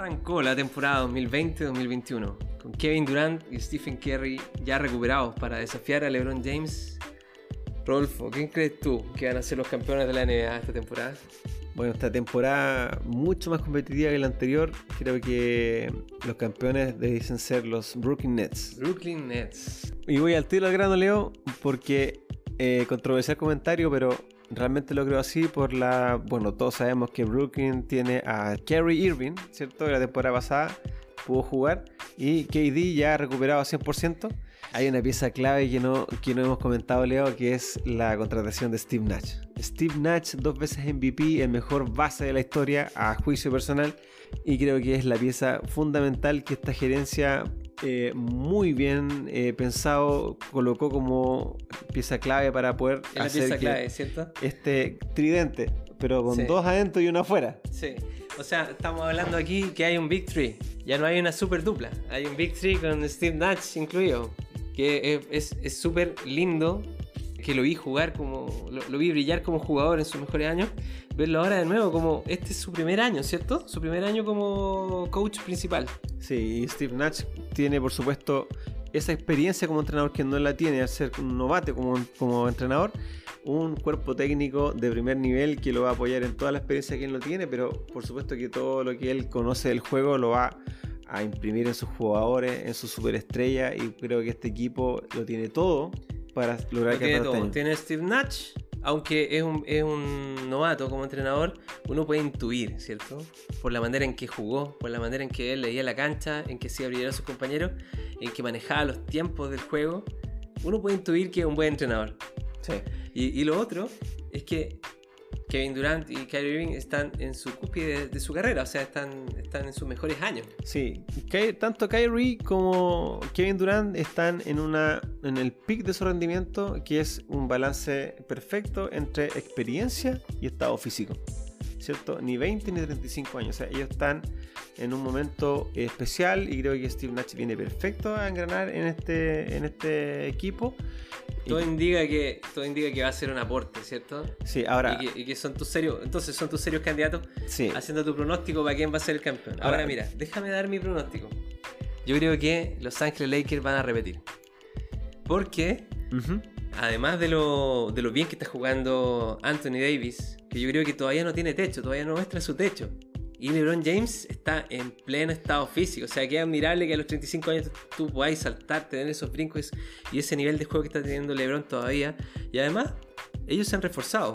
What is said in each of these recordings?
Arrancó la temporada 2020-2021 con Kevin Durant y Stephen Curry ya recuperados para desafiar a LeBron James. Rodolfo, ¿quién crees tú que van a ser los campeones de la NBA esta temporada? Bueno, esta temporada mucho más competitiva que la anterior. Creo que los campeones dicen ser los Brooklyn Nets. Brooklyn Nets. Y voy al tiro al grano, Leo, porque controversial comentario, pero realmente lo creo así bueno, todos sabemos que Brooklyn tiene a Kyrie Irving, ¿cierto? Que la temporada pasada pudo jugar y KD ya ha recuperado 100%. Hay una pieza clave que no hemos comentado, Leo, que es la contratación de Steve Nash. Steve Nash, 2 veces MVP, el mejor base de la historia a juicio personal, y creo que es la pieza fundamental que esta gerencia muy bien pensado colocó como pieza clave para poder es hacer la pieza clave, ¿cierto? Este tridente, pero con Sí. 2 adentro y 1 afuera. Sí, o sea, estamos hablando aquí que hay un Big Three. Ya no hay una super dupla, hay un Big Three con Steve Nash incluido, que es súper lindo, que lo vi jugar lo vi brillar como jugador en sus mejores años. Verlo ahora de nuevo, como este es su primer año, ¿cierto? Su primer año como coach principal. Sí, y Steve Nash tiene, por supuesto, esa experiencia como entrenador que no la tiene al ser un novato como entrenador. Un cuerpo técnico de primer nivel que lo va a apoyar en toda la experiencia que él no tiene, pero por supuesto que todo lo que él conoce del juego lo va a imprimir en sus jugadores, en su superestrella, y creo que este equipo lo tiene todo para lograr que tiene Steve Nash, aunque es un novato como entrenador, uno puede intuir, ¿cierto? Por la manera en que jugó, por la manera en que él leía la cancha, en que hacía brillar a sus compañeros, en que manejaba los tiempos del juego, uno puede intuir que es un buen entrenador. Sí. Y lo otro es que Kevin Durant y Kyrie Irving están en su cúspide de su carrera, o sea, están en sus mejores años. Sí, tanto Kyrie como Kevin Durant están en el pic de su rendimiento, que es un balance perfecto entre experiencia y estado físico, ¿cierto? Ni 20 ni 35 años, o sea, ellos están en un momento especial, y creo que Steve Nash viene perfecto a engranar en este equipo. Todo indica que va a ser un aporte, ¿cierto? Sí, ahora... Y que son tus serios candidatos, sí, haciendo tu pronóstico para quién va a ser el campeón. Ahora mira, déjame dar mi pronóstico. Yo creo que Los Ángeles Lakers van a repetir. Porque, además de lo bien que está jugando Anthony Davis, que yo creo que todavía no tiene techo, todavía no muestra su techo. Y LeBron James está en pleno estado físico. O sea, que es admirable que a los 35 años tú podáis saltar, tener esos brincos y ese nivel de juego que está teniendo LeBron todavía. Y además, ellos se han reforzado.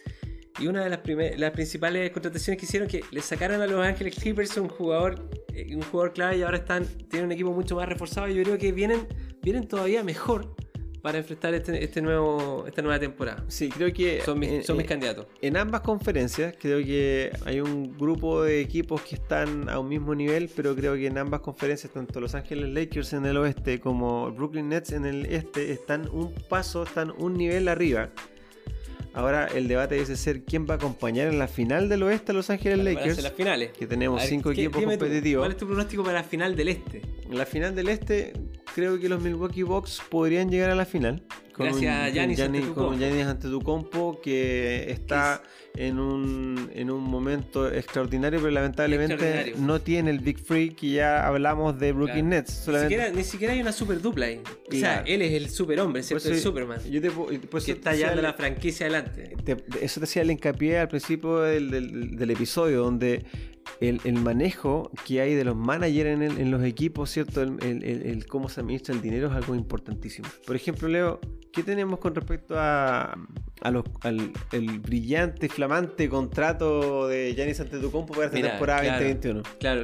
Y una de las principales contrataciones que hicieron, que le sacaron a Los Ángeles Clippers un jugador clave, y ahora tienen un equipo mucho más reforzado. Y yo creo que vienen todavía mejor para enfrentar esta nueva temporada. Sí, creo que son mis candidatos. En ambas conferencias creo que hay un grupo de equipos que están a un mismo nivel, pero creo que en ambas conferencias, tanto Los Ángeles Lakers en el oeste como Brooklyn Nets en el este, están un nivel arriba. Ahora el debate debe ser quién va a acompañar en la final del oeste a Los Ángeles Lakers. Las finales. Que tenemos 5 equipos competitivos. ¿Cuál es tu pronóstico para la final del este? En la final del este creo que los Milwaukee Bucks podrían llegar a la final. Gracias a Giannis Antetokounmpo, que está en un momento extraordinario, pero lamentablemente no tiene el Big Three que ya hablamos de Brooklyn Nets. Ni siquiera hay una super dupla ahí. Claro. O sea, él es el superhombre, ¿cierto? El Superman. Que está llevando la franquicia adelante. Eso te hacía el hincapié al principio del episodio, donde el manejo que hay de los managers en los equipos, ¿cierto? El cómo se administra el dinero es algo importantísimo. Por ejemplo, Leo, ¿qué tenemos con respecto al brillante, flamante contrato de Giannis Antetokounmpo para esta temporada 2021? Claro,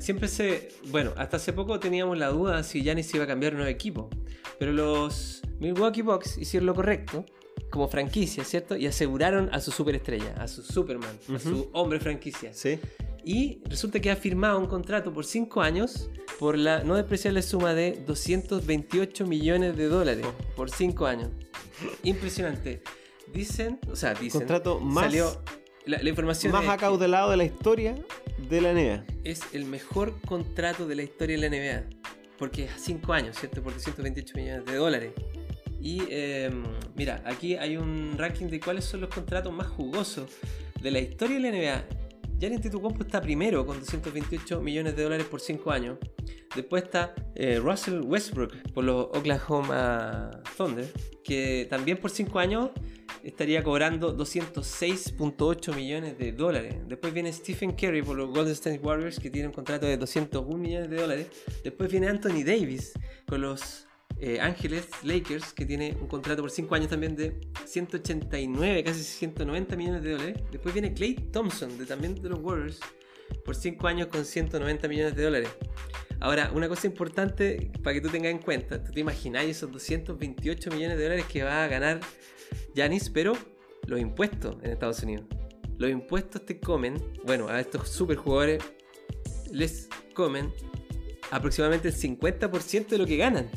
hasta hace poco teníamos la duda si Giannis iba a cambiar un nuevo equipo, pero los Milwaukee Bucks hicieron lo correcto como franquicia, ¿cierto? Y aseguraron a su superestrella, a su Superman, a su hombre franquicia. Sí. Y resulta que ha firmado un contrato por 5 años por la no despreciable suma de $228 millones por 5 años. Impresionante. Dicen, contrato más, salió la información más acautelado de la historia de la NBA. Es el mejor contrato de la historia de la NBA, porque es 5 años, ¿cierto? Por $228 millones. Y mira, aquí hay un ranking de cuáles son los contratos más jugosos de la historia de la NBA. Giannis Antetokounmpo está primero con $228 millones por 5 años. Después está Russell Westbrook por los Oklahoma Thunder, que también por 5 años estaría cobrando $206.8 millones. Después viene Stephen Curry por los Golden State Warriors, que tiene un contrato de $201 millones. Después viene Anthony Davis con los Ángeles Lakers, que tiene un contrato por 5 años también de 189, casi 190 millones de dólares. Después viene Klay Thompson, también de los Warriors, por 5 años con 190 millones de dólares. Ahora, una cosa importante para que tú tengas en cuenta, tú te imaginas esos 228 millones de dólares que va a ganar Giannis, pero los impuestos en Estados Unidos. Los impuestos te comen, bueno, a estos super jugadores les comen aproximadamente el 50% de lo que ganan.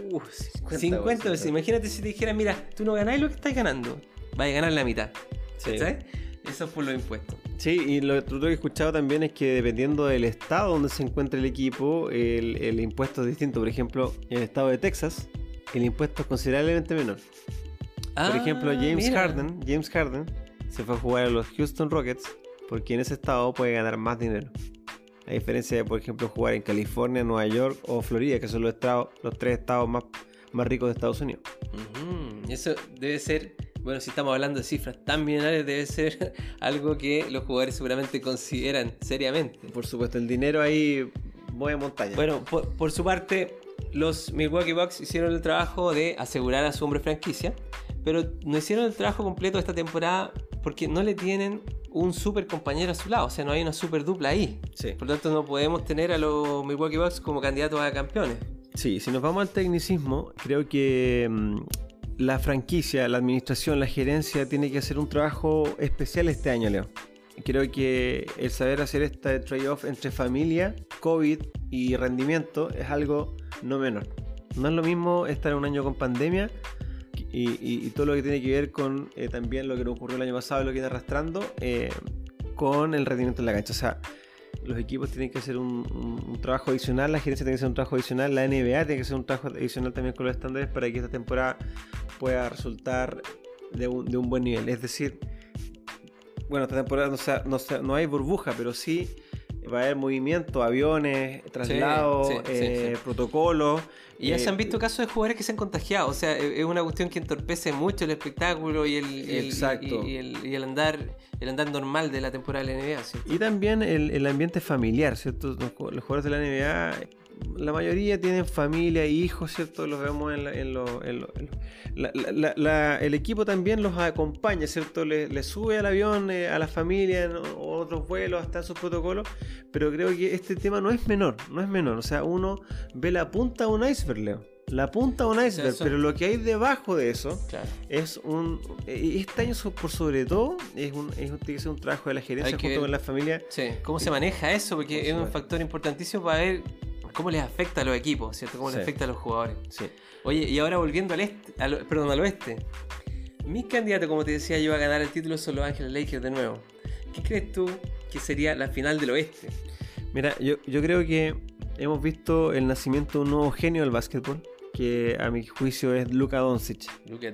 50%. Imagínate si te dijeran, mira, tú no ganás lo que estás ganando, vas a ganar la mitad. Sí. ¿Sabes? Eso es por los impuestos. Sí, y lo otro que he escuchado también es que dependiendo del estado donde se encuentra el equipo, el impuesto es distinto. Por ejemplo, en el estado de Texas, el impuesto es considerablemente menor. Por ejemplo, James Harden se fue a jugar a los Houston Rockets porque en ese estado puede ganar más dinero. A diferencia de, por ejemplo, jugar en California, Nueva York o Florida, que son los 3 estados más ricos de Estados Unidos. Eso debe ser, bueno, si estamos hablando de cifras tan millonarias, debe ser algo que los jugadores seguramente consideran seriamente. Por supuesto, el dinero ahí mueve montaña. Bueno, por su parte, los Milwaukee Bucks hicieron el trabajo de asegurar a su hombre franquicia, pero no hicieron el trabajo completo esta temporada porque no le tienen un super compañero a su lado, o sea, no hay una super dupla ahí. Sí. Por lo tanto, no podemos tener a los Milwaukee Bucks como candidatos a campeones. Sí, si nos vamos al tecnicismo, creo que la franquicia, la administración, la gerencia tiene que hacer un trabajo especial este año, Leo. Creo que el saber hacer este trade-off entre familia, COVID y rendimiento es algo no menor. No es lo mismo estar un año con pandemia y todo lo que tiene que ver con también lo que nos ocurrió el año pasado y lo que está arrastrando con el rendimiento en la cancha. O sea, los equipos tienen que hacer un trabajo adicional, la gerencia tiene que hacer un trabajo adicional, la NBA tiene que hacer un trabajo adicional también con los estándares para que esta temporada pueda resultar de un buen nivel. Es decir, bueno, esta temporada no hay burbuja, pero sí va a haber movimiento, aviones, traslados, protocolos. Y ya se han visto casos de jugadores que se han contagiado. O sea, es una cuestión que entorpece mucho el espectáculo y el andar normal de la temporada de la NBA, ¿cierto? Y también el ambiente familiar, ¿cierto? Los jugadores de la NBA, la mayoría tienen familia, hijos, ¿cierto? Los vemos el equipo también los acompaña, ¿cierto? Les sube al avión, a la familia, en otros vuelos, hasta en sus protocolos. Pero creo que este tema no es menor. O sea, uno ve la punta de un iceberg, Leo. La punta de un iceberg, pero lo que hay debajo de eso, claro, es este año por sobre todo tiene que ser un trabajo de la gerencia junto con la familia. Sí. ¿Cómo se maneja eso? Porque es un factor importantísimo para ver cómo les afecta a los equipos, ¿cierto? Cómo les afecta a los jugadores. Sí. Oye, y ahora volviendo al oeste. Mis candidatos, como te decía yo, a ganar el título son los Ángeles Lakers de nuevo. ¿Qué crees tú que sería la final del oeste? Mira, yo creo que hemos visto el nacimiento de un nuevo genio del básquetbol, que a mi juicio es Luka Doncic.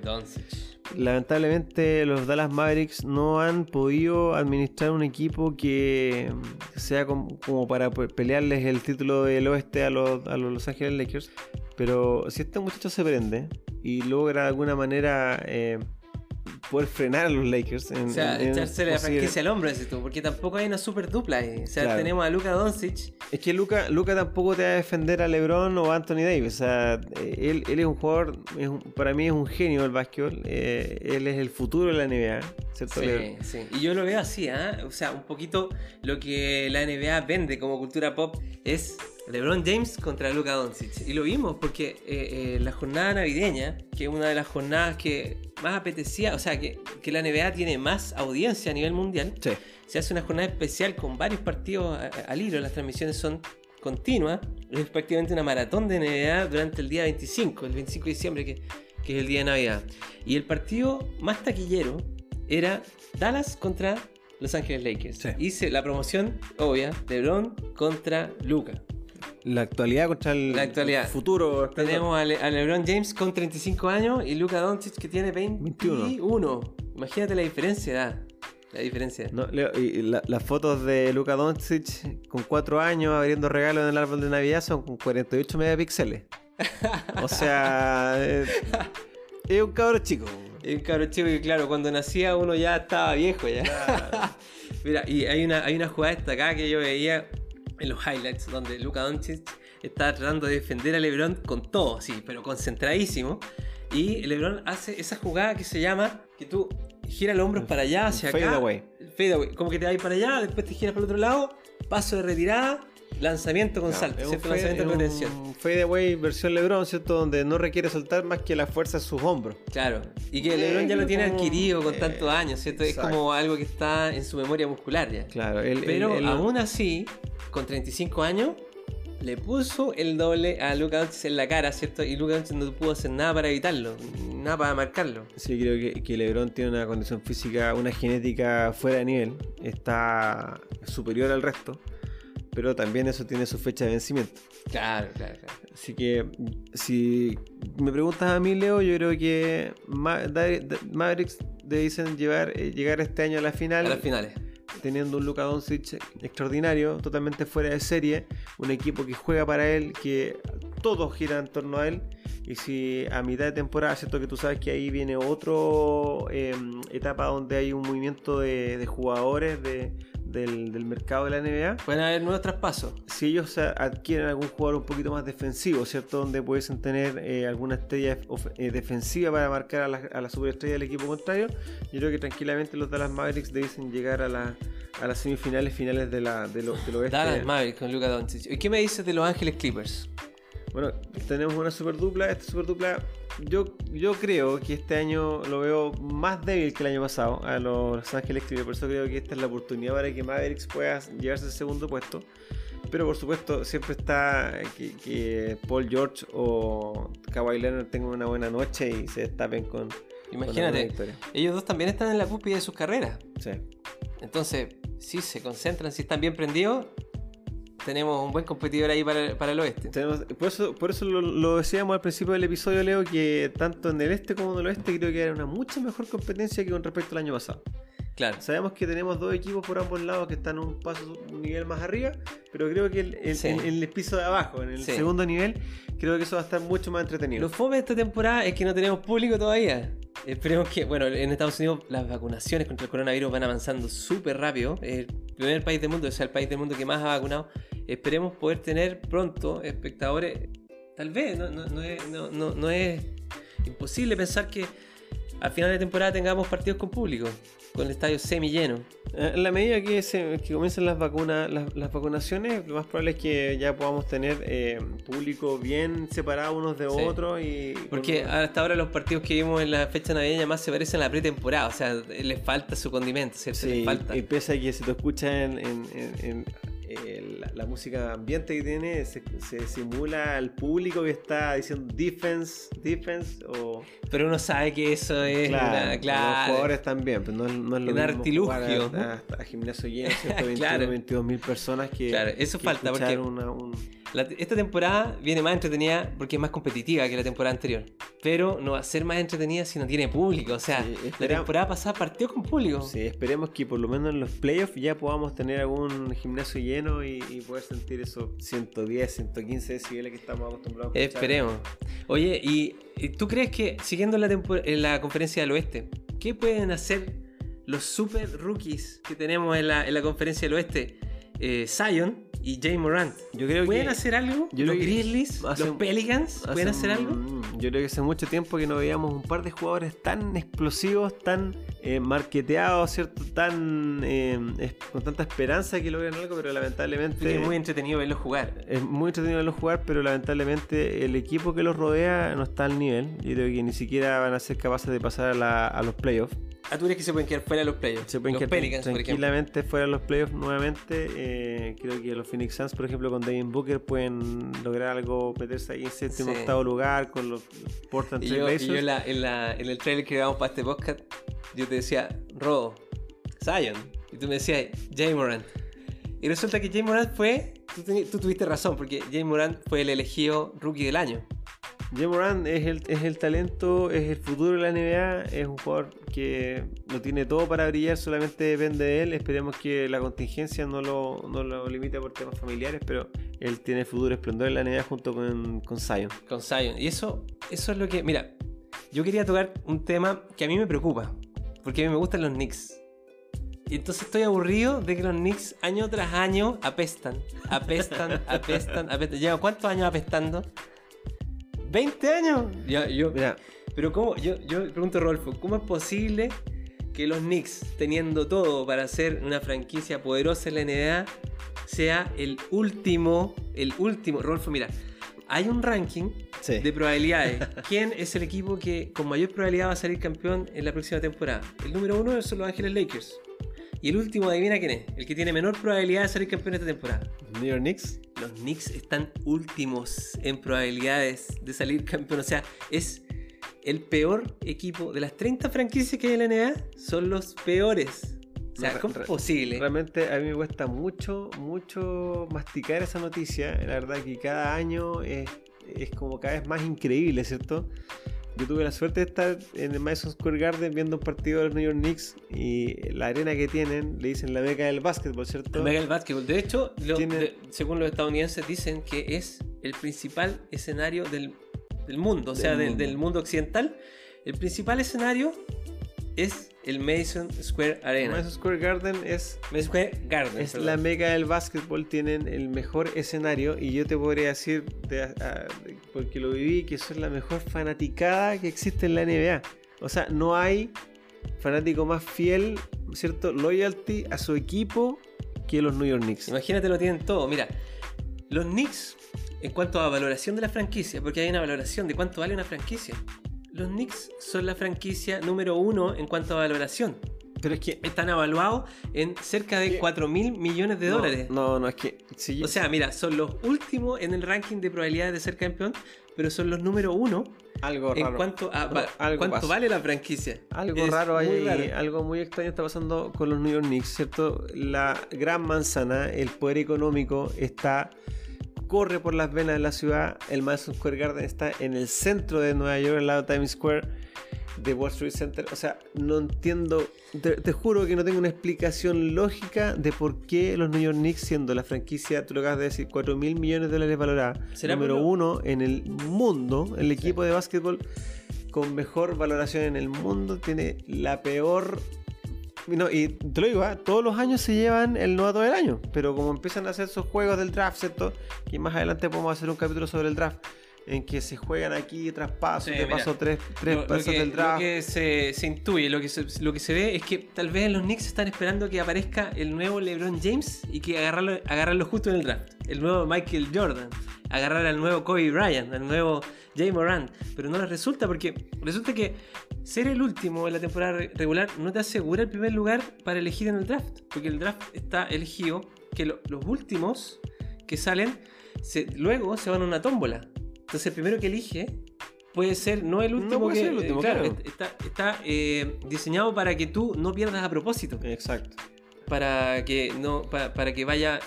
Lamentablemente los Dallas Mavericks no han podido administrar un equipo que sea como para pelearles el título del oeste a los Los Ángeles Lakers. Pero si este muchacho se prende y logra de alguna manera poder frenar a los Lakers, echarse la franquicia al hombro, decís tú, porque tampoco hay una super dupla ahí. O sea, claro, tenemos a Luka Doncic. Es que Luka tampoco te va a defender a LeBron o a Anthony Davis. O sea, él es un jugador, para mí es un genio del básquetbol. Él es el futuro de la NBA, ¿cierto? Sí. Y yo lo veo así, o sea, un poquito lo que la NBA vende como cultura pop es LeBron James contra Luka Doncic. Y lo vimos porque la jornada navideña, que es una de las jornadas que más apetecía, o sea, que la NBA tiene más audiencia a nivel mundial, sí, se hace una jornada especial con varios partidos al hilo. Las transmisiones son continuas. Es prácticamente una maratón de NBA durante el día 25, el 25 de diciembre, que es el día de Navidad. Y el partido más taquillero era Dallas contra Los Ángeles Lakers. Sí. Hice la promoción obvia, LeBron contra Luka. La actualidad contra el futuro. Tenemos a LeBron James con 35 años y Luka Doncic que tiene 21. Imagínate la diferencia de edad. La diferencia. No, Leo, y las fotos de Luka Doncic con 4 años abriendo regalos en el árbol de Navidad son con 48 megapíxeles. O sea, es un cabro chico. Es un cabro chico que, claro, cuando nacía uno ya estaba viejo ya. Claro. Mira, y hay una jugada destacada que yo veía en los highlights donde Luka Doncic estaba tratando de defender a LeBron con todo, sí, pero concentradísimo. Y LeBron hace esa jugada que se llama que tú giras los hombros para allá, hacia Fade acá. away. Fade away. Como que te vas para allá, después te giras para el otro lado, paso de retirada, lanzamiento con salto, ¿cierto? Lanzamiento con pretensión. Un fade away versión LeBron, ¿cierto? Donde no requiere soltar más que la fuerza de sus hombros. Claro, y que LeBron ya lo tiene adquirido con tantos años, ¿cierto? Exacto. Es como algo que está en su memoria muscular ya. Claro, Pero aún así, con 35 años, le puso el doble a Luka Doncic en la cara, ¿cierto? Y Luka Doncic no pudo hacer nada para evitarlo, nada para marcarlo. Sí, creo que LeBron tiene una condición física, una genética fuera de nivel. Está superior al resto. Pero también eso tiene su fecha de vencimiento. Claro. Así que si me preguntas a mí, Leo, yo creo que Mavericks deben llegar este año a la final. A las finales. Teniendo un Luka Doncic extraordinario, totalmente fuera de serie, un equipo que juega para él, que todo gira en torno a él. Y si a mitad de temporada, cierto que tú sabes que ahí viene otro etapa donde hay un movimiento de jugadores del mercado de la NBA. Pueden haber nuevos traspasos. Si ellos adquieren algún jugador un poquito más defensivo, ¿cierto? Donde pudiesen tener alguna estrella defensiva para marcar a la superestrella del equipo contrario, yo creo que tranquilamente los Dallas Mavericks deben llegar a las semifinales finales del oeste. Dallas Mavericks con Luka Doncic. ¿Y qué me dices de Los Ángeles Clippers? Bueno, tenemos una super dupla. Esta super dupla yo creo que este año lo veo más débil que el año pasado a los Ángeles Clippers. Por eso creo que esta es la oportunidad para que Mavericks pueda llevarse al segundo puesto. Pero por supuesto siempre está que Paul George o Kawhi Leonard tengan una buena noche y se destapen con Imagínate, ellos dos también están en la cúspide de sus carreras. Sí. Entonces, si se concentran, si están bien prendidos, tenemos un buen competidor ahí para el oeste. Por eso lo decíamos al principio del episodio, Leo, que tanto en el este como en el oeste creo que era una mucha mejor competencia que con respecto al año pasado. Claro. Sabemos que tenemos dos equipos por ambos lados que están un nivel más arriba, pero creo que en el piso de abajo, en el segundo nivel, creo que eso va a estar mucho más entretenido. Lo fome de esta temporada es que no tenemos público todavía. Esperemos que, bueno, en Estados Unidos las vacunaciones contra el coronavirus van avanzando súper rápido. Es el primer país del mundo, o sea, el país del mundo que más ha vacunado. Esperemos poder tener pronto espectadores. Tal vez, no es imposible pensar que al final de temporada tengamos partidos con público, con el estadio semi lleno. En la medida que comiencen las vacunaciones, lo más probable es que ya podamos tener público bien separado unos de otros. Porque hasta ahora los partidos que vimos en la fecha navideña más se parecen a la pretemporada, o sea, les falta su condimento, ¿cierto? Sí, les falta. Y pese a que si tú escuchas la música ambiente que tiene, se simula al público que está diciendo defense pero uno sabe que eso es claro. Los jugadores también, pero no es lo mismo artilugio a gimnasio lleno, 22.000 personas que claro, eso que falta porque esta temporada viene más entretenida porque es más competitiva que la temporada anterior, pero no va a ser más entretenida si no tiene público. O sea, la temporada pasada partió con público. Sí, esperemos que por lo menos en los playoffs ya podamos tener algún gimnasio lleno y poder sentir esos 110, 115 decibeles que estamos acostumbrados a escuchar. Esperemos. Oye, ¿y tú crees que siguiendo en la conferencia del oeste, qué pueden hacer los super rookies que tenemos en la conferencia del oeste? Zion y Jay Morant. Yo creo ¿Pueden hacer algo? ¿Los Grizzlies? ¿Los Pelicans? ¿Pueden hacer algo? Yo creo que hace mucho tiempo que no veíamos un par de jugadores tan explosivos, tan marketeados, ¿cierto? Tan con tanta esperanza que logran algo, pero lamentablemente... Es muy entretenido verlos jugar. Es muy entretenido verlos jugar, pero lamentablemente el equipo que los rodea no está al nivel. Yo creo que ni siquiera van a ser capaces de pasar a los playoffs. ¿Tú crees que se pueden quedar fuera de los playoffs? Se pueden los quedar Pelicans, tranquilamente fuera de los playoffs nuevamente. Creo que los Phoenix Suns, por ejemplo, con Devin Booker pueden lograr algo, meterse ahí en séptimo, octavo lugar con los Portland Trail Blazers. Y yo en el trailer que grabamos para este podcast, yo te decía, Rodo, Zion. Y tú me decías, Jay Morant. Y resulta que Jay Morant fue... Tú tuviste razón, porque Jay Morant fue el elegido rookie del año. Ja Morant es el talento, es el futuro de la NBA, es un jugador que lo tiene todo para brillar, solamente depende de él. Esperemos que la contingencia no lo limite por temas familiares, pero él tiene futuro esplendor en la NBA junto con Zion. Con Zion. Y eso es lo que... Mira, yo quería tocar un tema que a mí me preocupa, porque a mí me gustan los Knicks. Y entonces estoy aburrido de que los Knicks año tras año apestan. ¿Llevan cuántos años apestando? ¿20 años? Mira. Pero ¿cómo? Yo pregunto a Rodolfo, ¿cómo es posible que los Knicks, teniendo todo para ser una franquicia poderosa en la NBA, sea el último? Rodolfo, mira, hay un ranking de probabilidades. ¿Quién es el equipo que con mayor probabilidad va a salir campeón en la próxima temporada? El número 1 son Los Ángeles Lakers. Y el último, adivina quién es. El que tiene menor probabilidad de salir campeón esta temporada. ¿New York Knicks? Los Knicks están últimos en probabilidades de salir campeón. O sea, es el peor equipo de las 30 franquicias que hay en la NBA. Son los peores. O sea, ¿cómo es posible? Realmente a mí me cuesta mucho masticar esa noticia. La verdad que cada año es como cada vez más increíble, ¿cierto? Yo tuve la suerte de estar en el Madison Square Garden viendo un partido de los New York Knicks y la arena que tienen, le dicen la meca del básquetbol, ¿cierto? La meca del básquetbol. De hecho, según los estadounidenses dicen que es el principal escenario del mundo, o sea, del mundo occidental. El principal escenario es el Madison Square Arena. Madison Square Garden es la meca del básquetbol, tienen el mejor escenario y yo te podría decir, porque lo viví, que eso es la mejor fanaticada que existe en la NBA. O sea, no hay fanático más fiel, ¿cierto? Loyalty a su equipo que los New York Knicks. Imagínate, lo tienen todo. Mira, los Knicks, en cuanto a valoración de la franquicia, porque hay una valoración de cuánto vale una franquicia. Los Knicks son la franquicia número 1 en cuanto a valoración. Pero es que están evaluados en cerca de $4.000 millones de dólares. No, es que... O sea, mira, son los últimos en el ranking de probabilidades de ser campeón, pero son los número 1 algo raro. En cuanto a cuánto vale la franquicia. Algo raro ahí, algo muy extraño está pasando con los New York Knicks, ¿cierto? La gran manzana, el poder económico corre por las venas de la ciudad. El Madison Square Garden está en el centro de Nueva York, al lado de Times Square, de Wall Street Center. O sea, no entiendo, te juro que no tengo una explicación lógica de por qué los New York Knicks, siendo la franquicia, tú lo acabas de decir, $4.000 millones valorada, número 1 en el mundo, el equipo de básquetbol con mejor valoración en el mundo, tiene la peor... No, y te lo digo, todos los años se llevan el novato del año, pero como empiezan a hacer esos juegos del draft, ¿cierto? Y más adelante podemos hacer un capítulo sobre el draft, en que se juegan aquí traspasos, paso tres pasos del draft. Lo que se intuye, lo que se ve es que tal vez los Knicks están esperando que aparezca el nuevo LeBron James y que agarrarlo justo en el draft. El nuevo Michael Jordan, agarrar al nuevo Kobe Bryant, al nuevo Ja Morant, pero no les resulta, porque resulta que ser el último en la temporada regular no te asegura el primer lugar para elegir en el draft, porque el draft está elegido que los últimos que salen luego se van a una tómbola. Entonces el primero que elige puede ser no el último, claro. Está diseñado para que tú no pierdas a propósito. Exacto. Para que no vaya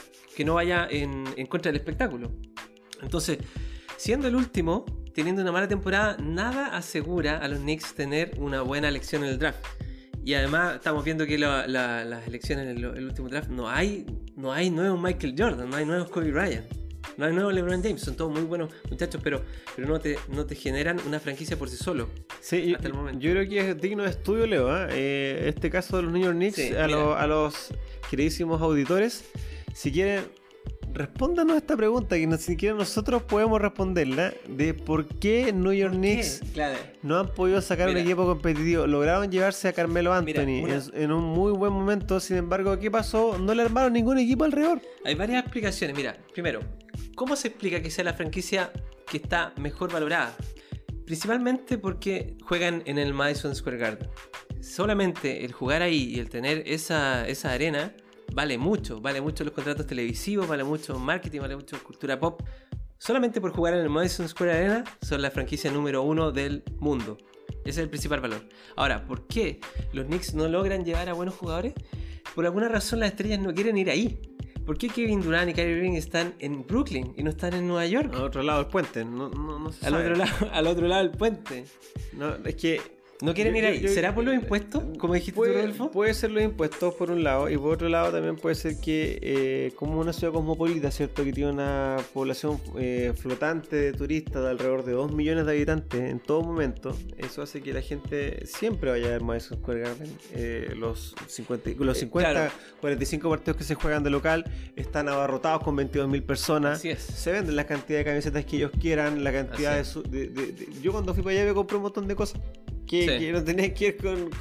en contra del espectáculo. Entonces, siendo el último, teniendo una mala temporada, nada asegura a los Knicks tener una buena elección en el draft. Y además estamos viendo que las elecciones en el último draft no hay nuevos Michael Jordan, no hay nuevos Kobe Bryant, no hay nuevos LeBron James. Son todos muy buenos muchachos, pero no te generan una franquicia por sí solo. Sí, hasta el momento. Yo creo que es digno de estudio, Leo. Este caso de los New York Knicks, sí, a los queridísimos auditores, si quieren, respóndanos esta pregunta que ni siquiera nosotros podemos responderla, de por qué New York Knicks no han podido sacar un equipo competitivo. Lograron llevarse a Carmelo Anthony en un muy buen momento, sin embargo, ¿qué pasó? No le armaron ningún equipo alrededor. Hay varias explicaciones. Mira, primero, ¿cómo se explica que sea la franquicia que está mejor valorada? Principalmente porque juegan en el Madison Square Garden. Solamente el jugar ahí y el tener esa arena vale mucho los contratos televisivos, vale mucho marketing, vale mucho cultura pop. Solamente por jugar en el Madison Square Arena son la franquicia número 1 del mundo. Ese es el principal valor. Ahora, ¿por qué los Knicks no logran llevar a buenos jugadores? Por alguna razón las estrellas no quieren ir ahí. ¿Por qué Kevin Durant y Kyrie Irving están en Brooklyn y no están en Nueva York? Al otro lado del puente, no se sabe. Al otro lado del puente. No, es que... ¿No quieren ir ahí? ¿Será por los impuestos? Como dijiste tú, Rodolfo. Puede ser los impuestos por un lado, y por otro lado también puede ser que como una ciudad cosmopolita, ¿cierto? Que tiene una población flotante de turistas de alrededor de 2 millones de habitantes en todo momento, eso hace que la gente siempre vaya a ver Madison Square Garden. Los 50, claro. 45 partidos que se juegan de local están abarrotados con 22.000 personas. Así es. Se venden la cantidad de camisetas que ellos quieran, la cantidad Yo cuando fui para allá me compré un montón de cosas que no tenía que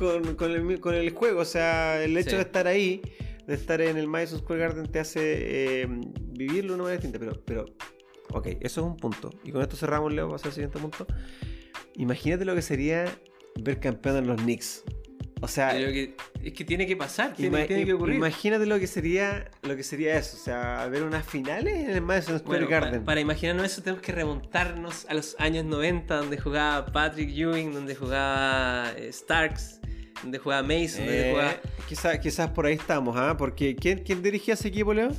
ir con el juego. O sea, el hecho de estar ahí, de estar en el Madison Square Garden, te hace vivirlo de una manera distinta. Pero, ok, eso es un punto. Y con esto cerramos, Leo, pasar al siguiente punto. Imagínate lo que sería ver campeón en los Knicks. O sea, es que tiene que pasar, tiene que ocurrir. Imagínate lo que sería eso. O sea, ver unas finales en el Madison Square Garden. Para imaginarnos eso tenemos que remontarnos a los años 90, donde jugaba Patrick Ewing, donde jugaba Starks, donde jugaba Mason, donde jugaba... Quizás por ahí estamos, ¿ah? Porque ¿quién dirigía ese equipo, Leo?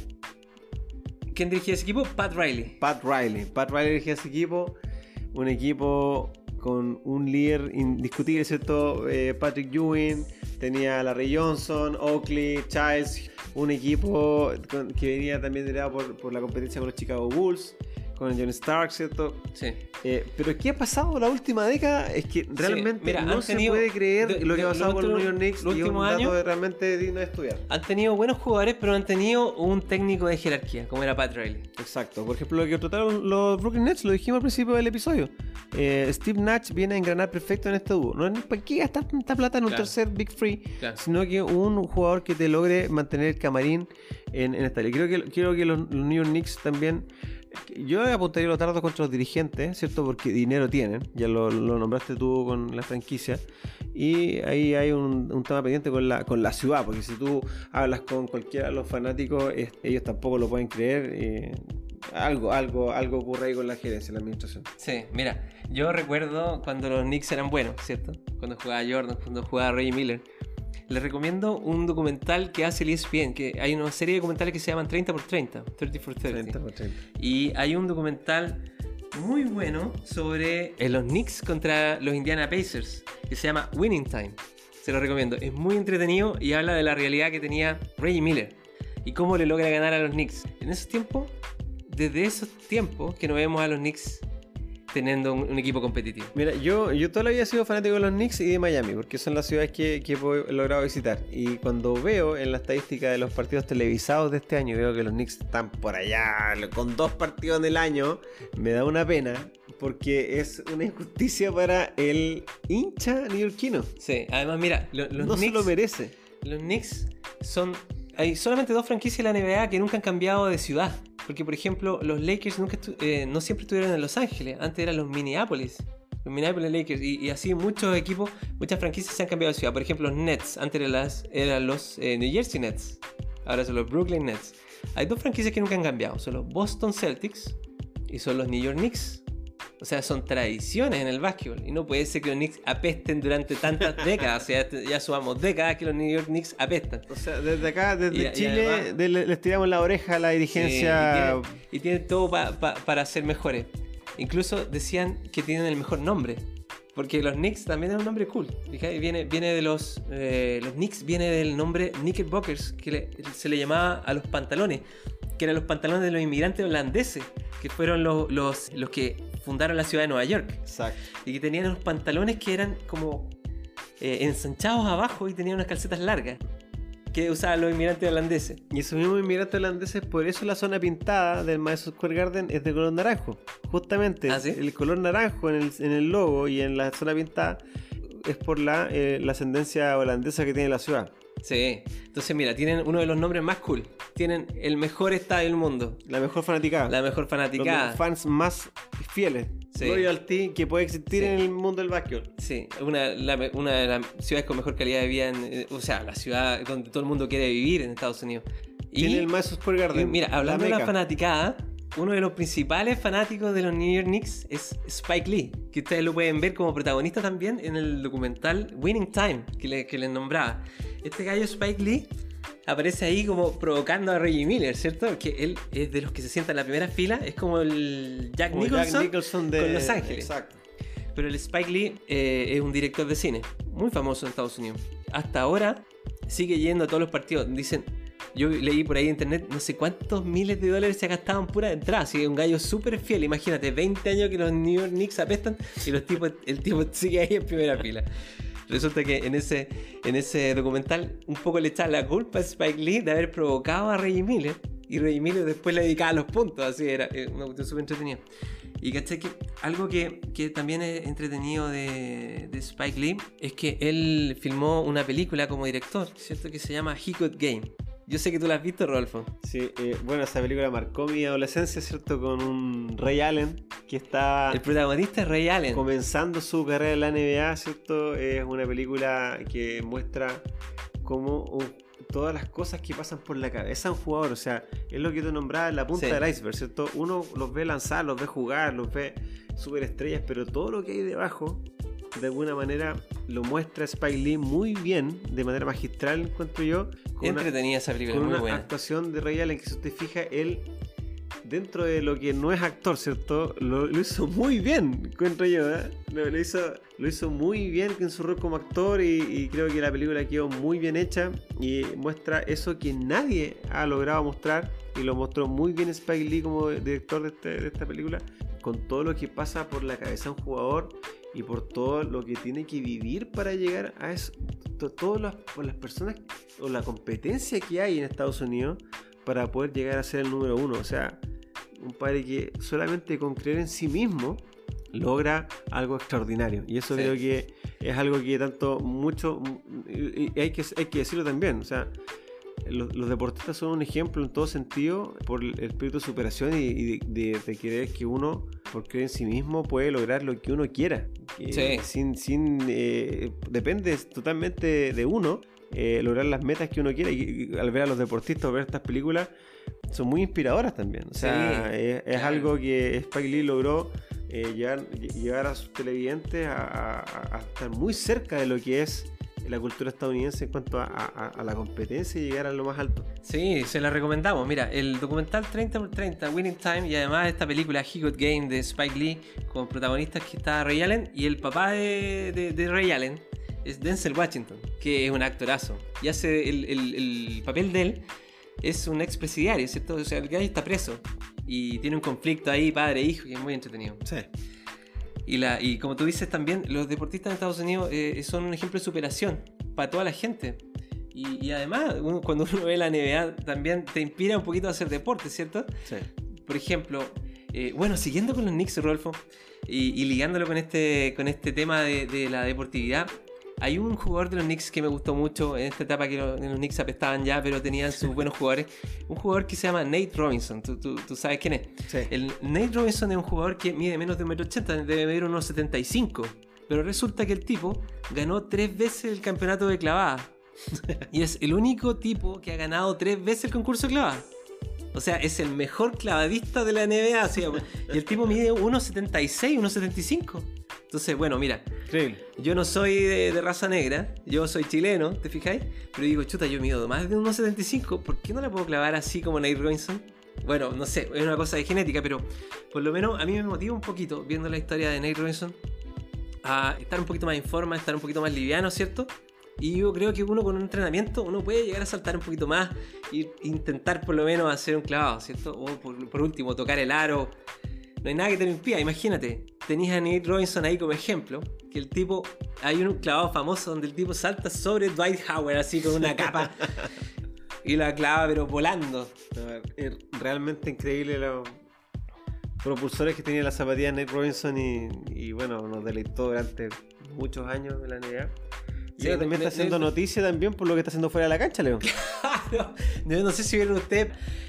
¿Quién dirigía ese equipo? Pat Riley. Pat Riley dirigía ese equipo. Un equipo con un líder indiscutible, ¿cierto? Patrick Ewing, tenía a Larry Johnson, Oakley, Childs, un equipo que venía también liderado por la competencia con los Chicago Bulls, con John Stark, ¿cierto? Sí. Pero ¿qué ha pasado la última década? Es que realmente no se puede creer lo que ha pasado con los New York Knicks, y es un dato realmente digno de estudiar. Han tenido buenos jugadores, pero han tenido un técnico de jerarquía, como era Pat Riley. Exacto. Por ejemplo, lo que trataron los Brooklyn Nets, lo dijimos al principio del episodio. Steve Nash viene a engranar perfecto en este dúo. No es para qué gastar tanta plata en un tercer Big Free, sino que un jugador que te logre mantener el camarín en esta liga. Creo que los New York Knicks también... Yo apuntaría los dardos contra los dirigentes, ¿cierto? Porque dinero tienen, ya lo nombraste tú con la franquicia. Y ahí hay un tema pendiente con la ciudad, porque si tú hablas con cualquiera de los fanáticos, ellos tampoco lo pueden creer. Algo ocurre ahí con la gerencia, la administración. Sí, mira, yo recuerdo cuando los Knicks eran buenos, ¿cierto? Cuando jugaba Jordan, cuando jugaba Reggie Miller. Les recomiendo un documental que hace el ESPN, que hay una serie de documentales que se llaman 30x30, 30x30. Y hay un documental muy bueno sobre los Knicks contra los Indiana Pacers, que se llama Winning Time. Se lo recomiendo, es muy entretenido y habla de la realidad que tenía Reggie Miller y cómo le logra ganar a los Knicks. En esos tiempos, desde esos tiempos que no vemos a los Knicks teniendo un equipo competitivo. Mira, yo toda la vida he sido fanático de los Knicks y de Miami, porque son las ciudades que he logrado visitar. Y cuando veo en la estadística de los partidos televisados de este año, veo que los Knicks están por allá con 2 partidos en el año, me da una pena, porque es una injusticia para el hincha neoyorquino. Sí, además mira, los no Knicks, se lo merece. Los Knicks hay solamente 2 franquicias en la NBA que nunca han cambiado de ciudad. Porque, por ejemplo, los Lakers no siempre estuvieron en Los Ángeles. Antes eran los Minneapolis Lakers. Y así muchos equipos, muchas franquicias se han cambiado de ciudad. Por ejemplo, los Nets. Antes eran los New Jersey Nets. Ahora son los Brooklyn Nets. Hay 2 franquicias que nunca han cambiado. Son los Boston Celtics y son los New York Knicks. O sea, son tradiciones en el básquetbol. Y no puede ser que los Knicks apesten durante tantas décadas. O sea, ya sumamos décadas que los New York Knicks apestan. O sea, desde acá, desde Chile, además, les tiramos la oreja a la dirigencia. Sí, y tienen todo para ser mejores. Incluso decían que tienen el mejor nombre. Porque los Knicks también es un nombre cool. Viene de los Knicks viene del nombre Knickerbockers, que se le llamaba a los pantalones, que eran los pantalones de los inmigrantes holandeses, que fueron los que fundaron la ciudad de Nueva York. Exacto. Y que tenían unos pantalones que eran como ensanchados abajo y tenían unas calcetas largas que usaban los inmigrantes holandeses. Y esos mismos inmigrantes holandeses, por eso la zona pintada del Madison Square Garden es de color naranjo. Justamente, ¿Ah, sí? El color naranjo en el logo y en la zona pintada es por la ascendencia holandesa que tiene la ciudad. Sí, entonces mira, tienen uno de los nombres más cool. Tienen el mejor estadio del mundo. La mejor fanaticada. Los fans más fieles. Sí. Loyalty que puede existir en el mundo del básquetbol. Sí, una de las ciudades con mejor calidad de vida, o sea, la ciudad donde todo el mundo quiere vivir en Estados Unidos. Tiene el Madison Square Garden. Mira, hablando de la fanaticada, uno de los principales fanáticos de los New York Knicks es Spike Lee, que ustedes lo pueden ver como protagonista también en el documental Winning Time, que les nombraba. Este gallo Spike Lee aparece ahí como provocando a Reggie Miller, ¿cierto? Que él es de los que se sienta en la primera fila, es como el Jack Nicholson con Los Ángeles. Exacto. Pero el Spike Lee es un director de cine muy famoso en Estados Unidos. Hasta ahora sigue yendo a todos los partidos. Dicen, yo leí por ahí en internet, no sé cuántos miles de dólares se ha gastado en pura entrada. Así que un gallo súper fiel. Imagínate, 20 años que los New York Knicks apestan y el tipo sigue ahí en primera fila. Resulta que en ese documental un poco le echan la culpa a Spike Lee de haber provocado a Reggie Miller. Y Reggie Miller después le dedicaba los puntos. Así era una cuestión súper entretenida. Y caché que algo que también es entretenido de Spike Lee es que él filmó una película como director, ¿cierto? Que se llama He Got Game. Yo sé que tú la has visto, Rodolfo. Sí, bueno, esa película marcó mi adolescencia, ¿cierto? Con un Ray Allen que está... El protagonista es Ray Allen. Comenzando su carrera en la NBA, ¿cierto? Es una película que muestra cómo todas las cosas que pasan por la cabeza de un jugador. O sea, es lo que tú nombrabas, la punta del iceberg, ¿cierto? Uno los ve lanzar, los ve jugar, los ve superestrellas, pero todo lo que hay debajo, de alguna manera, lo muestra Spike Lee muy bien, de manera magistral, encuentro yo. Entretenida esa película, con muy una buena actuación de Ray Allen que, si usted fija, él, dentro de lo que no es actor, ¿cierto? Lo hizo muy bien, encuentro yo, ¿eh? Lo hizo muy bien en su rol como actor y creo que la película quedó muy bien hecha y muestra eso que nadie ha logrado mostrar, y lo mostró muy bien Spike Lee como director de esta película, con todo lo que pasa por la cabeza de un jugador y por todo lo que tiene que vivir para llegar a eso, todas las personas o la competencia que hay en Estados Unidos para poder llegar a ser el número uno. O sea, un padre que solamente con creer en sí mismo logra algo extraordinario, y eso creo que es algo que y hay que decirlo también. O sea, los deportistas son un ejemplo en todo sentido por el espíritu de superación y de creer que uno, por creer en sí mismo, puede lograr lo que uno quiera. Depende totalmente de uno lograr las metas que uno quiera, y al ver a los deportistas, ver estas películas, son muy inspiradoras también. O sea, es algo que Spike Lee logró llegar a sus televidentes a estar muy cerca de lo que es la cultura estadounidense en cuanto a la competencia y llegar a lo más alto. Sí, se la recomendamos. Mira, el documental 30x30, Winning Time, y además esta película He Got Game de Spike Lee, con protagonistas que está Ray Allen, y el papá de Ray Allen es Denzel Washington, que es un actorazo, y hace el papel de él, es un expresidiario, ¿cierto? O sea, el gallo está preso y tiene un conflicto ahí padre-hijo que es muy entretenido. Sí. Y como tú dices también, los deportistas en Estados Unidos son un ejemplo de superación para toda la gente. Y además, cuando uno ve la NBA, también te inspira un poquito a hacer deporte, ¿cierto? Sí. Por ejemplo, siguiendo con los Knicks, Rodolfo, y ligándolo con este tema de la deportividad, hay un jugador de los Knicks que me gustó mucho en esta etapa que los Knicks apestaban ya, pero tenían sus buenos jugadores. Un jugador que se llama Nate Robinson. ¿Tú sabes quién es? Sí. El Nate Robinson es un jugador que mide menos de 1,80 m, debe medir unos 75. Pero resulta que el tipo ganó 3 veces el campeonato de clavada. Y es el único tipo que ha ganado 3 veces el concurso de clavada. O sea, es el mejor clavadista de la NBA. O sea, y el tipo mide 1,76, 1,75. Entonces, bueno, mira, increíble. Yo no soy de raza negra, yo soy chileno, ¿te fijáis? Pero digo, chuta, yo mido más de 1,75, ¿por qué no la puedo clavar así como Nate Robinson? Bueno, no sé, es una cosa de genética, pero por lo menos a mí me motiva un poquito, viendo la historia de Nate Robinson, a estar un poquito más en forma, estar un poquito más liviano, ¿cierto? Y yo creo que uno con un entrenamiento, uno puede llegar a saltar un poquito más e intentar por lo menos hacer un clavado, ¿cierto? O por último, tocar el aro. No hay nada que te lo impida. Imagínate, tenías a Nate Robinson ahí como ejemplo, que el tipo, hay un clavado famoso donde el tipo salta sobre Dwight Howard así con una capa y la clava pero volando. Es realmente increíble los propulsores que tenía la zapatilla de Nate Robinson y bueno, nos deleitó durante muchos años en la NBA. Y ahora también está haciendo noticia también por lo que está haciendo fuera de la cancha, Leo. No sé si vieron ustedes,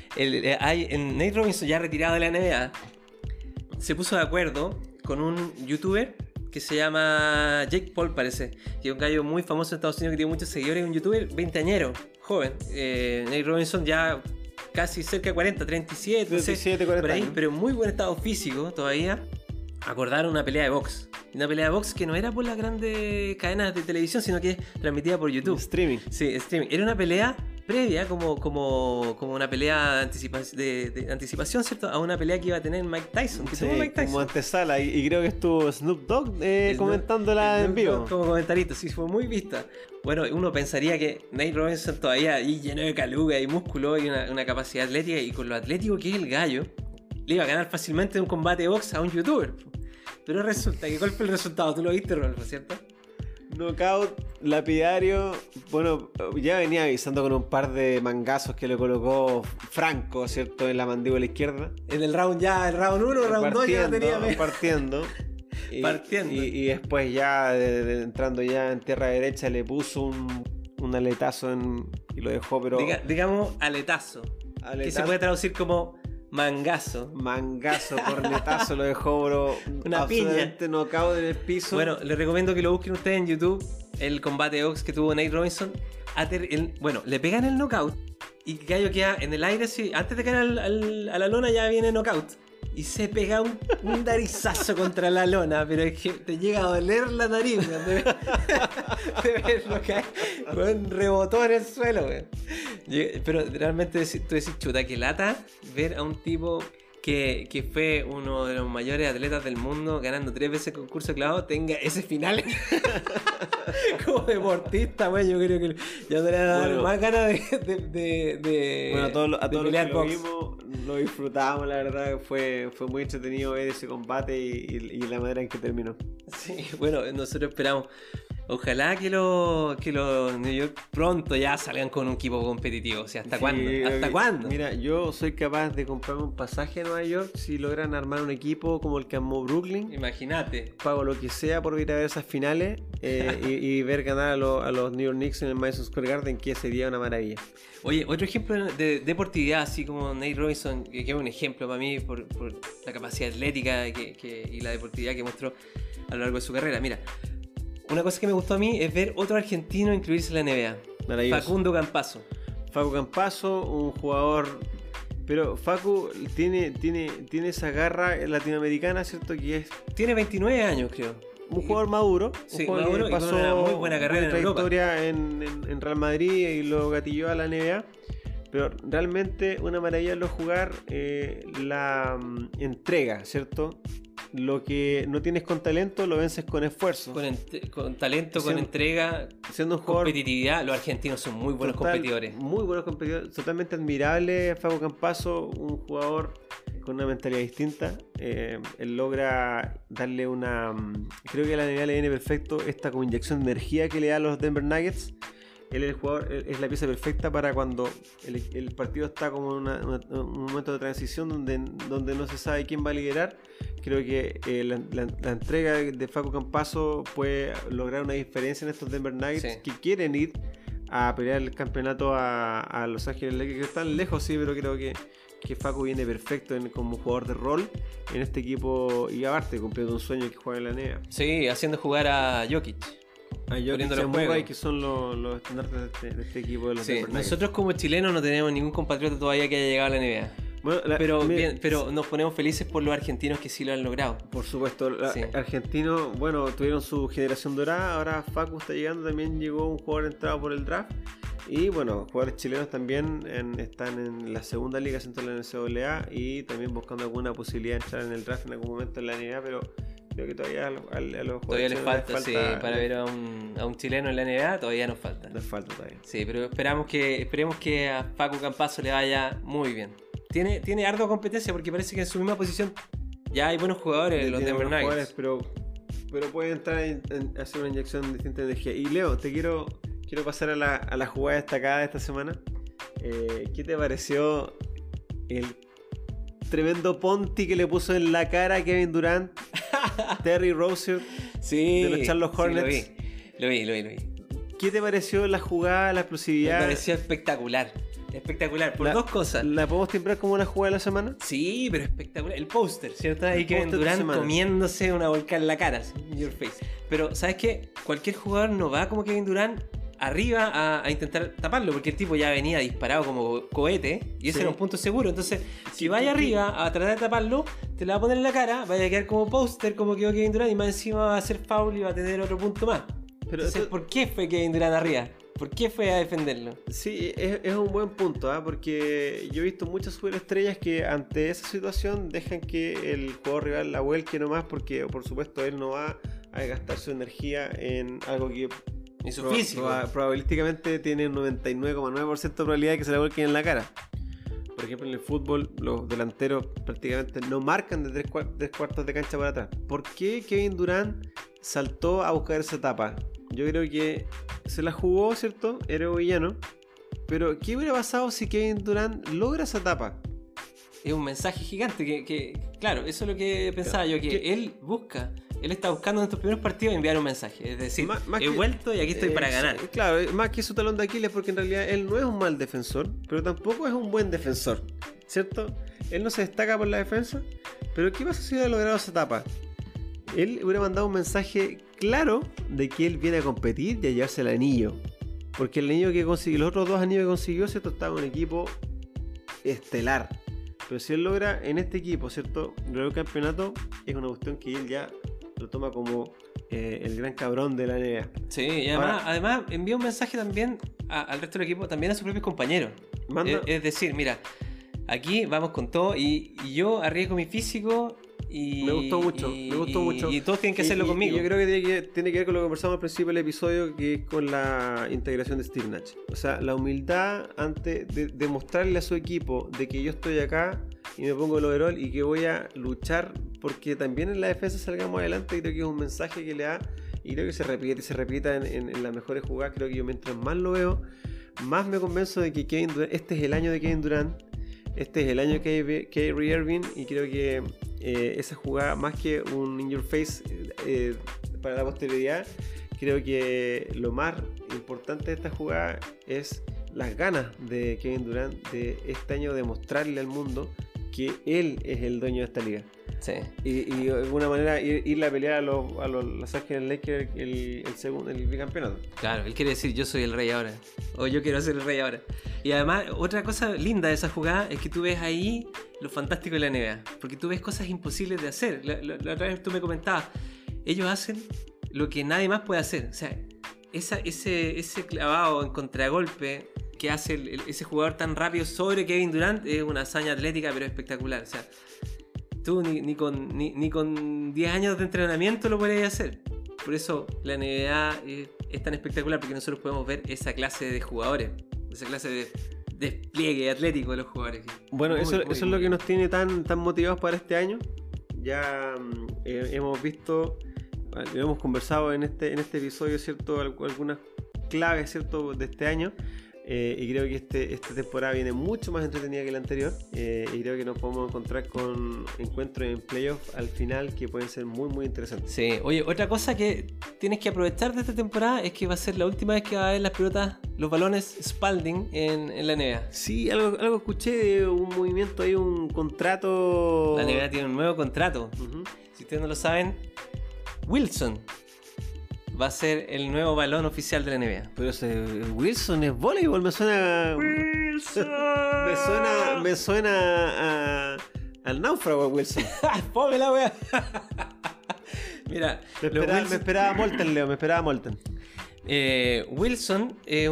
el Nate Robinson ya retirado de la NBA se puso de acuerdo con un youtuber que se llama Jake Paul, parece, que es un gallo muy famoso en Estados Unidos que tiene muchos seguidores, un youtuber veinteañero, joven. Nate Robinson ya casi cerca de 40, 37, 37, 40 por ahí, años. pero en muy buen estado físico todavía. Acordaron una pelea de box. Una pelea de box que no era por las grandes cadenas de televisión, sino que transmitida por YouTube. Streaming. Sí, streaming. Era una pelea previa, como una pelea de anticipación, ¿cierto? A una pelea que iba a tener Mike Tyson, que Sí, tuvo Mike Tyson. como antesala. Y creo que estuvo Snoop Dogg comentándola en vivo. Como comentarito, sí, fue muy vista. Bueno, uno pensaría que Nate Robinson todavía ahí lleno de caluga y músculo y una capacidad atlética, y con lo atlético que es el gallo, le iba a ganar fácilmente un combate de box a un youtuber. Pero resulta que, ¿cuál fue el resultado? Tú lo viste, Rolfo, ¿cierto? Knockout lapidario. Bueno, ya venía avisando con un par de mangazos que le colocó Franco, ¿cierto? En la mandíbula izquierda. En el round 1, round 2 ya tenía... Partiendo. Y después ya, entrando ya en tierra derecha, le puso un aletazo y lo dejó, pero... digamos aletazo. Que se puede traducir como mangazo. Mangazo, cornetazo, lo dejó, bro. Una piña. Knockout en el piso. Bueno, les recomiendo que lo busquen ustedes en YouTube. El combate de box que tuvo Nate Robinson. Bueno, le pegan el knockout y Gallo queda en el aire así. Antes de caer a la lona ya viene knockout. Y se pega un narizazo contra la lona, pero es que te llega a doler la nariz, de verlo caer, rebotó en el suelo, güey. Pero realmente tú decís, chuta, que lata ver a un tipo que fue uno de los mayores atletas del mundo, ganando 3 veces el concurso de clavado, tenga ese final como deportista, güey. Yo creo que ya no le va a dar más ganas de bueno, a todos los que lo box. vimos, lo disfrutamos, la verdad. Fue muy entretenido ver ese combate y la manera en que terminó. Sí, bueno, nosotros esperamos. Ojalá que los New York pronto ya salgan con un equipo competitivo. O sea, ¿hasta cuándo? ¿Hasta cuándo? Mira, yo soy capaz de comprarme un pasaje a Nueva York si logran armar un equipo como el que armó Brooklyn. Imagínate. Pago lo que sea por ir a ver esas finales y ver ganar a los New York Knicks en el Madison Square Garden, que sería una maravilla. Oye, otro ejemplo de deportividad, así como Nate Robinson, que es un ejemplo para mí por la capacidad atlética y la deportividad que mostró a lo largo de su carrera. Mira, una cosa que me gustó a mí es ver otro argentino incluirse en la NBA. Maravilloso. Facundo Campazzo. Facu Campazzo, un jugador... Pero Facu tiene esa garra latinoamericana, ¿cierto? Tiene 29 años, creo. Un jugador maduro. Sí, un jugador maduro, que pasó y con una muy buena carrera en Europa. Trayectoria en Real Madrid y lo gatilló a la NBA. Pero realmente una maravilla lo jugar la entrega, ¿cierto? Lo que no tienes con talento lo vences con esfuerzo. Con talento, con entrega, siendo un jugador, competitividad. Los argentinos son muy buenos competidores. Muy buenos competidores. Totalmente admirable Facu Campazzo, un jugador con una mentalidad distinta. Él logra darle creo que a la NBA le viene perfecto esta como inyección de energía que le da a los Denver Nuggets. Él es el jugador, es la pieza perfecta para cuando el partido está como en un momento de transición donde no se sabe quién va a liderar. Creo que la entrega de Facu Campazzo puede lograr una diferencia en estos Denver Nuggets, sí, que quieren ir a pelear el campeonato a Los Ángeles Lakers, que están lejos, sí, pero creo que Facu viene perfecto como jugador de rol en este equipo y aparte cumpliendo un sueño que juega en la NBA. Sí, haciendo jugar a Jokic. Que son los estandartes de este equipo de los Denver Nuggets. Nosotros como chilenos no tenemos ningún compatriota todavía que haya llegado a la NBA. Bueno, pero nos ponemos felices por los argentinos que sí lo han logrado. Por supuesto, argentinos, bueno, tuvieron su generación dorada. Ahora Facu está llegando, también llegó un jugador entrado por el draft. Y bueno, jugadores chilenos también están en la segunda liga central de la NCAA y también buscando alguna posibilidad de entrar en el draft en algún momento en la NBA, pero creo que todavía a los todavía les falta, sí, para ver a un chileno en la NBA todavía nos falta. Nos falta todavía. Sí, pero esperemos que a Facu Campazzo le vaya muy bien. Tiene harta competencia porque parece que en su misma posición ya hay buenos jugadores, los Denver Nuggets. Pero puede entrar a hacer una inyección de distinta energía. Y Leo, te quiero pasar a la jugada destacada de esta semana. ¿Qué te pareció el tremendo Ponti que le puso en la cara a Kevin Durant? Terry Rozier, sí, de los Charlotte Hornets. Sí, lo vi. ¿Qué te pareció la jugada, la explosividad? Me pareció espectacular, por dos cosas. ¿La podemos timbrar como la jugada de la semana? Sí, pero espectacular. El póster, ¿cierto? Ahí Kevin Durant comiéndose una volcán en la cara, in your face. Pero, ¿sabes qué? Cualquier jugador no va como Kevin Durant arriba a intentar taparlo, porque el tipo ya venía disparado como cohete y ese era un punto seguro. Entonces, si vaya arriba a tratar de taparlo, te la va a poner en la cara, vaya a quedar como póster, como quedó Kevin Durant, y más encima va a hacer foul y va a tener otro punto más. Pero entonces, ¿por qué fue Kevin Durant arriba? ¿Por qué fue a defenderlo? Sí, es un buen punto, porque yo he visto muchas superestrellas que ante esa situación dejan que el jugador rival la vuelque nomás, porque por supuesto él no va a gastar su energía en algo que en su físico probabilísticamente tiene un 99,9% de probabilidad de que se la vuelquen en la cara. Por ejemplo, en el fútbol los delanteros prácticamente no marcan de tres cuartos de cancha para atrás. ¿Por qué Kevin Durant saltó a buscar esa etapa? Yo creo que se la jugó, ¿cierto? Héroe villano. Pero ¿qué hubiera pasado si Kevin Durant logra esa etapa? Es un mensaje gigante que claro, eso es lo que pensaba yo, que él está buscando en estos primeros partidos enviar un mensaje, es decir, he vuelto y aquí estoy para ganar. Claro, más que su talón de Aquiles, porque en realidad él no es un mal defensor, pero tampoco es un buen defensor, ¿cierto? Él no se destaca por la defensa, pero ¿qué pasa si hubiera logrado esa etapa? Él hubiera mandado un mensaje claro de que él viene a competir y a llevarse el anillo, porque el anillo que consiguió, los otros 2 anillos que consiguió, ¿cierto? Estaba en un equipo estelar. Pero si él logra en este equipo, ¿cierto?, lograr un campeonato, es una cuestión que él ya lo toma como el gran cabrón de la NBA. Sí, y además envía un mensaje también al resto del equipo, también a sus propios compañeros. Es decir, mira, aquí vamos con todo y yo arriesgo mi físico y... Me gustó mucho. Y todos tienen que hacerlo conmigo. Yo creo que tiene que ver con lo que conversamos al principio del episodio, que es con la integración de Steve Nash. O sea, la humildad ante de mostrarle a su equipo de que yo estoy acá y me pongo el overall y que voy a luchar porque también en la defensa salgamos adelante. Y creo que es un mensaje que le da, y creo que se repita en las mejores jugadas. Creo que yo mientras más lo veo, más me convenzo de que Kevin Durant, este es el año de Kevin Durant, este es el año de Kyrie Irving, y creo que esa jugada, más que un in your face para la posterioridad, creo que lo más importante de esta jugada es las ganas de Kevin Durant de este año de mostrarle al mundo que él es el dueño de esta liga. Sí. Y de alguna manera irle a pelear a los Los Ángeles Lakers el bicampeonato. Claro, él quiere decir yo soy el rey ahora, o yo quiero ser el rey ahora. Y además, otra cosa linda de esa jugada es que tú ves ahí lo fantástico de la NBA, porque tú ves cosas imposibles de hacer. La otra vez tú me comentabas, ellos hacen lo que nadie más puede hacer. O sea, ese clavado en contragolpe que hace ese jugador tan rápido sobre Kevin Durant es una hazaña atlética pero espectacular. O sea, tú ni con 10 años de entrenamiento lo podrías hacer. Por eso la NBA es tan espectacular, porque nosotros podemos ver esa clase de jugadores, esa clase de despliegue atlético de los jugadores. Bueno, eso es lo que nos tiene tan motivados para este año. Ya hemos visto, hemos conversado en este episodio, ¿cierto?, algunas claves, ¿cierto?, de este año. Y creo que esta temporada viene mucho más entretenida que la anterior, y creo que nos podemos encontrar con encuentros en playoff al final que pueden ser muy muy interesantes. Sí, oye, otra cosa que tienes que aprovechar de esta temporada es que va a ser la última vez que va a haber las pelotas, los balones Spalding en la NBA. Sí, algo escuché de un movimiento ahí, un contrato. La NBA tiene un nuevo contrato. Si ustedes no lo saben, Wilson va a ser el nuevo balón oficial de la NBA. Pero ese Wilson es voleibol, me suena. ¡Wilson! me suena al náufrago Wilson. ¡Fome la wea! Mira, me esperaba Molten, Leo, me esperaba Molten. Wilson es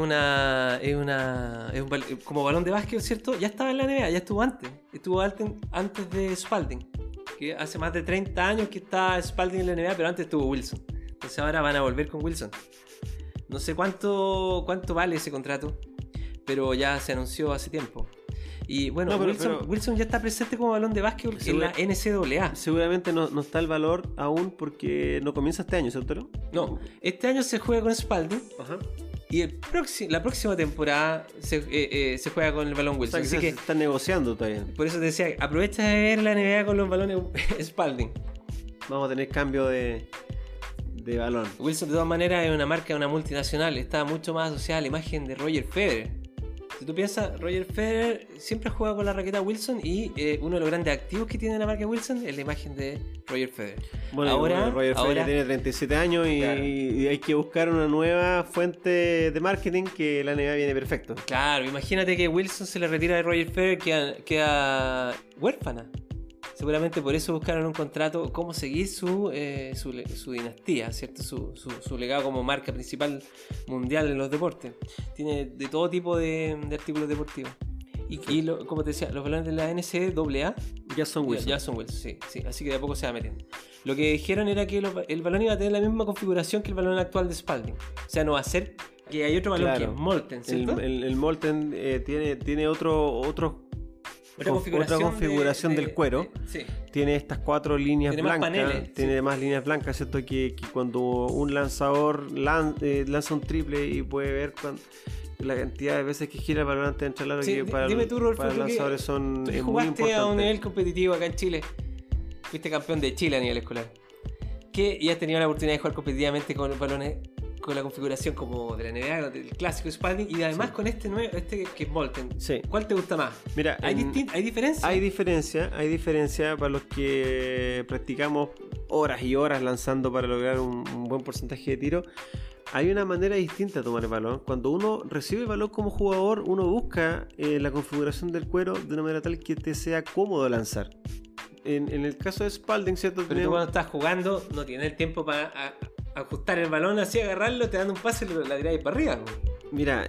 como balón de básquet, ¿cierto? Ya estaba en la NBA, ya estuvo antes. Estuvo antes de Spalding. Que hace más de 30 años que está Spalding en la NBA, pero antes estuvo Wilson. Entonces ahora van a volver con Wilson. No sé cuánto vale ese contrato, pero ya se anunció hace tiempo. Y bueno, Wilson ya está presente como balón de básquetbol en la NCAA. Seguramente no está el valor aún porque no comienza este año, ¿cierto? No, este año se juega con Spalding. Ajá. Y la próxima temporada se juega con el balón Wilson. O sea, que se están negociando todavía. Por eso te decía, aprovecha de ver la NBA con los balones Spalding. Vamos a tener cambio de balón. Wilson de todas maneras es una marca, una multinacional, está mucho más asociada a la imagen de Roger Federer. Si tú piensas, Roger Federer siempre ha jugado con la raqueta Wilson y uno de los grandes activos que tiene la marca Wilson es la imagen de Roger Federer. Bueno, Roger Federer tiene 37 años y, claro, y hay que buscar una nueva fuente de marketing que la NBA viene perfecto. Claro, imagínate que Wilson se le retira de Roger Federer, queda huérfana. O Seguramente por eso buscaron un contrato, cómo seguir su dinastía, ¿cierto? Su legado como marca principal mundial en los deportes. Tiene de todo tipo de artículos deportivos. Y como te decía, los balones de la NCAA ya son Wilson. Ya son Wilson, sí. Así que de a poco se va metiendo. Lo que dijeron era que el balón iba a tener la misma configuración que el balón actual de Spalding. O sea, no va a ser que hay otro balón que es Molten, ¿cierto? El Molten tiene otra configuración del cuero. Sí. Tiene estas 4 líneas blancas. Paneles, tiene más líneas blancas, ¿cierto? Que cuando un lanzador lanza un triple y puede ver la cantidad de veces que gira el balón antes de entrar al aro, que para los lanzadores son muy importantes. Jugaste a un nivel competitivo acá en Chile. Fuiste campeón de Chile a nivel escolar. Y has tenido la oportunidad de jugar competitivamente con los balones con la configuración como de la NBA, del clásico Spalding, y además con este que es Molten. Sí. ¿Cuál te gusta más? Mira, ¿Hay diferencia? Hay diferencia para los que practicamos horas y horas lanzando para lograr un buen porcentaje de tiro. Hay una manera distinta de tomar el balón. Cuando uno recibe el balón como jugador, uno busca la configuración del cuero de una manera tal que te sea cómodo lanzar. En el caso de Spalding, ¿cierto? Pero tú cuando estás jugando no tienes el tiempo para ajustar el balón así, agarrarlo, te dan un pase y la tiráis para arriba, ¿no? Mira,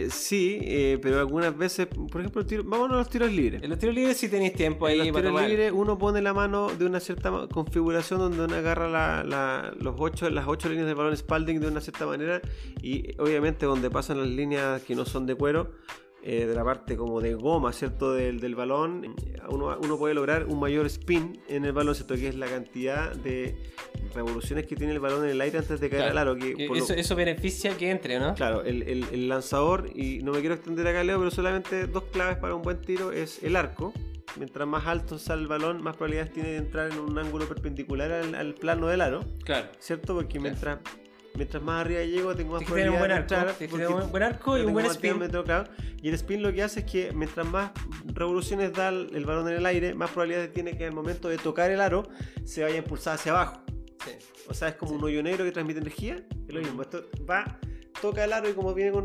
sí, pero algunas veces, por ejemplo, vámonos a los tiros libres. En los tiros libres sí tenéis tiempo ahí. En los tiros libres uno pone la mano de una cierta configuración donde uno agarra las 8 líneas del balón Spalding de una cierta manera, y obviamente donde pasan las líneas que no son de cuero, de la parte como de goma, ¿cierto? Del balón, uno puede lograr un mayor spin en el balón, ¿cierto? Que es la cantidad de revoluciones que tiene el balón en el aire antes de caer al aro. Eso beneficia que entre, ¿no? Claro, el lanzador, y no me quiero extender acá, Leo, pero solamente 2 claves para un buen tiro es el arco. Mientras más alto sale el balón, más probabilidades tiene de entrar en un ángulo perpendicular al plano del aro. Claro. ¿Cierto? Porque mientras más arriba llego, tengo más probabilidad de entrar. Tiene un buen arco y un buen spin. Claro. Y el spin lo que hace es que mientras más revoluciones da el balón en el aire, más probabilidades tiene que al momento de tocar el aro se vaya impulsada hacia abajo. Sí. O sea, es como un hoyo negro que transmite energía. Es lo mismo. Esto toca el aro y como viene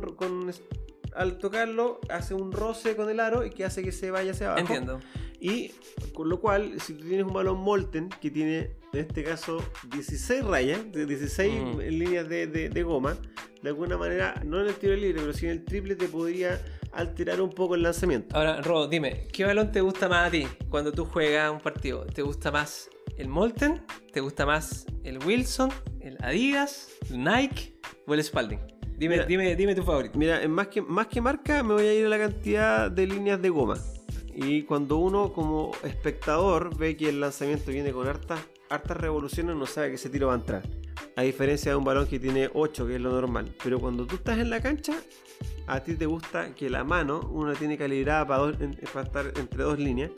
al tocarlo, hace un roce con el aro y que hace que se vaya hacia abajo. Entiendo. Y con lo cual, si tú tienes un balón Molten que tiene, en este caso, 16 rayas, 16 líneas de goma, de alguna manera, no en el tiro libre, pero sí en el triple, te podría alterar un poco el lanzamiento. Ahora, Robo, dime, ¿qué balón te gusta más a ti cuando tú juegas un partido? ¿Te gusta más el Molten? ¿Te gusta más el Wilson? ¿El Adidas? ¿El Nike? ¿O el Spalding? Dime tu favorito. Mira, más que marca, me voy a ir a la cantidad de líneas de goma. Y cuando uno como espectador ve que el lanzamiento viene con hartas revoluciones, no sabe que ese tiro va a entrar. A diferencia de un balón que tiene 8, que es lo normal. Pero cuando tú estás en la cancha, a ti te gusta que la mano uno la tiene calibrada para estar entre 2 líneas.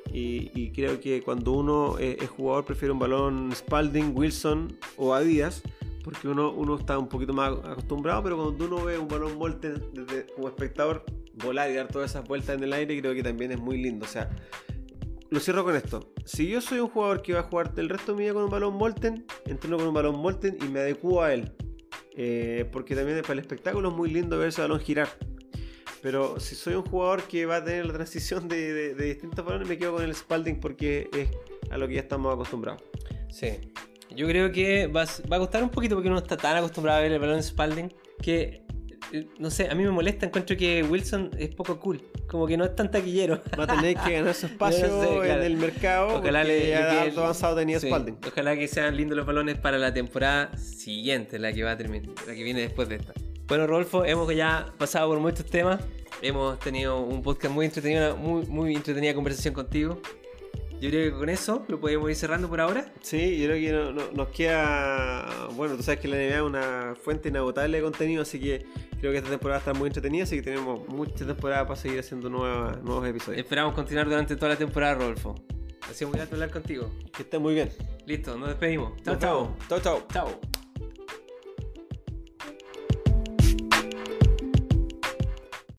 Y creo que cuando uno es jugador prefiere un balón Spalding, Wilson o Adidas, porque uno está un poquito más acostumbrado, pero cuando uno ve un balón Molten como espectador volar y dar todas esas vueltas en el aire, creo que también es muy lindo. O sea, lo cierro con esto: si yo soy un jugador que va a jugar el resto de mi vida con un balón Molten, entreno con un balón Molten y me adecuo a él, porque también para el espectáculo es muy lindo ver ese balón girar. Pero si soy un jugador que va a tener la transición de distintos balones, me quedo con el Spalding porque es a lo que ya estamos acostumbrados. Sí, yo creo que va a costar un poquito porque uno está tan acostumbrado a ver el balón Spalding que, no sé, a mí me molesta. Encuentro que Wilson es poco cool, como que no es tan taquillero. Va a tener que ganar su espacio claro, en el mercado. Ojalá alto avanzado tenía Spalding. Ojalá que sean lindos los balones para la temporada siguiente, la que va a terminar, la que viene después de esta. Bueno, Rodolfo, hemos ya pasado por muchos temas. Hemos tenido un podcast muy entretenido, muy entretenida conversación contigo. Yo creo que con eso lo podemos ir cerrando por ahora. Sí, yo creo que no, nos queda... Bueno, tú sabes que la NBA es una fuente inagotable de contenido, así que creo que esta temporada está muy entretenida, así que tenemos muchas temporadas para seguir haciendo nuevos episodios. Esperamos continuar durante toda la temporada, Rodolfo. Ha sido muy grato hablar contigo. Que estés muy bien. Listo, nos despedimos. Chao. Chao.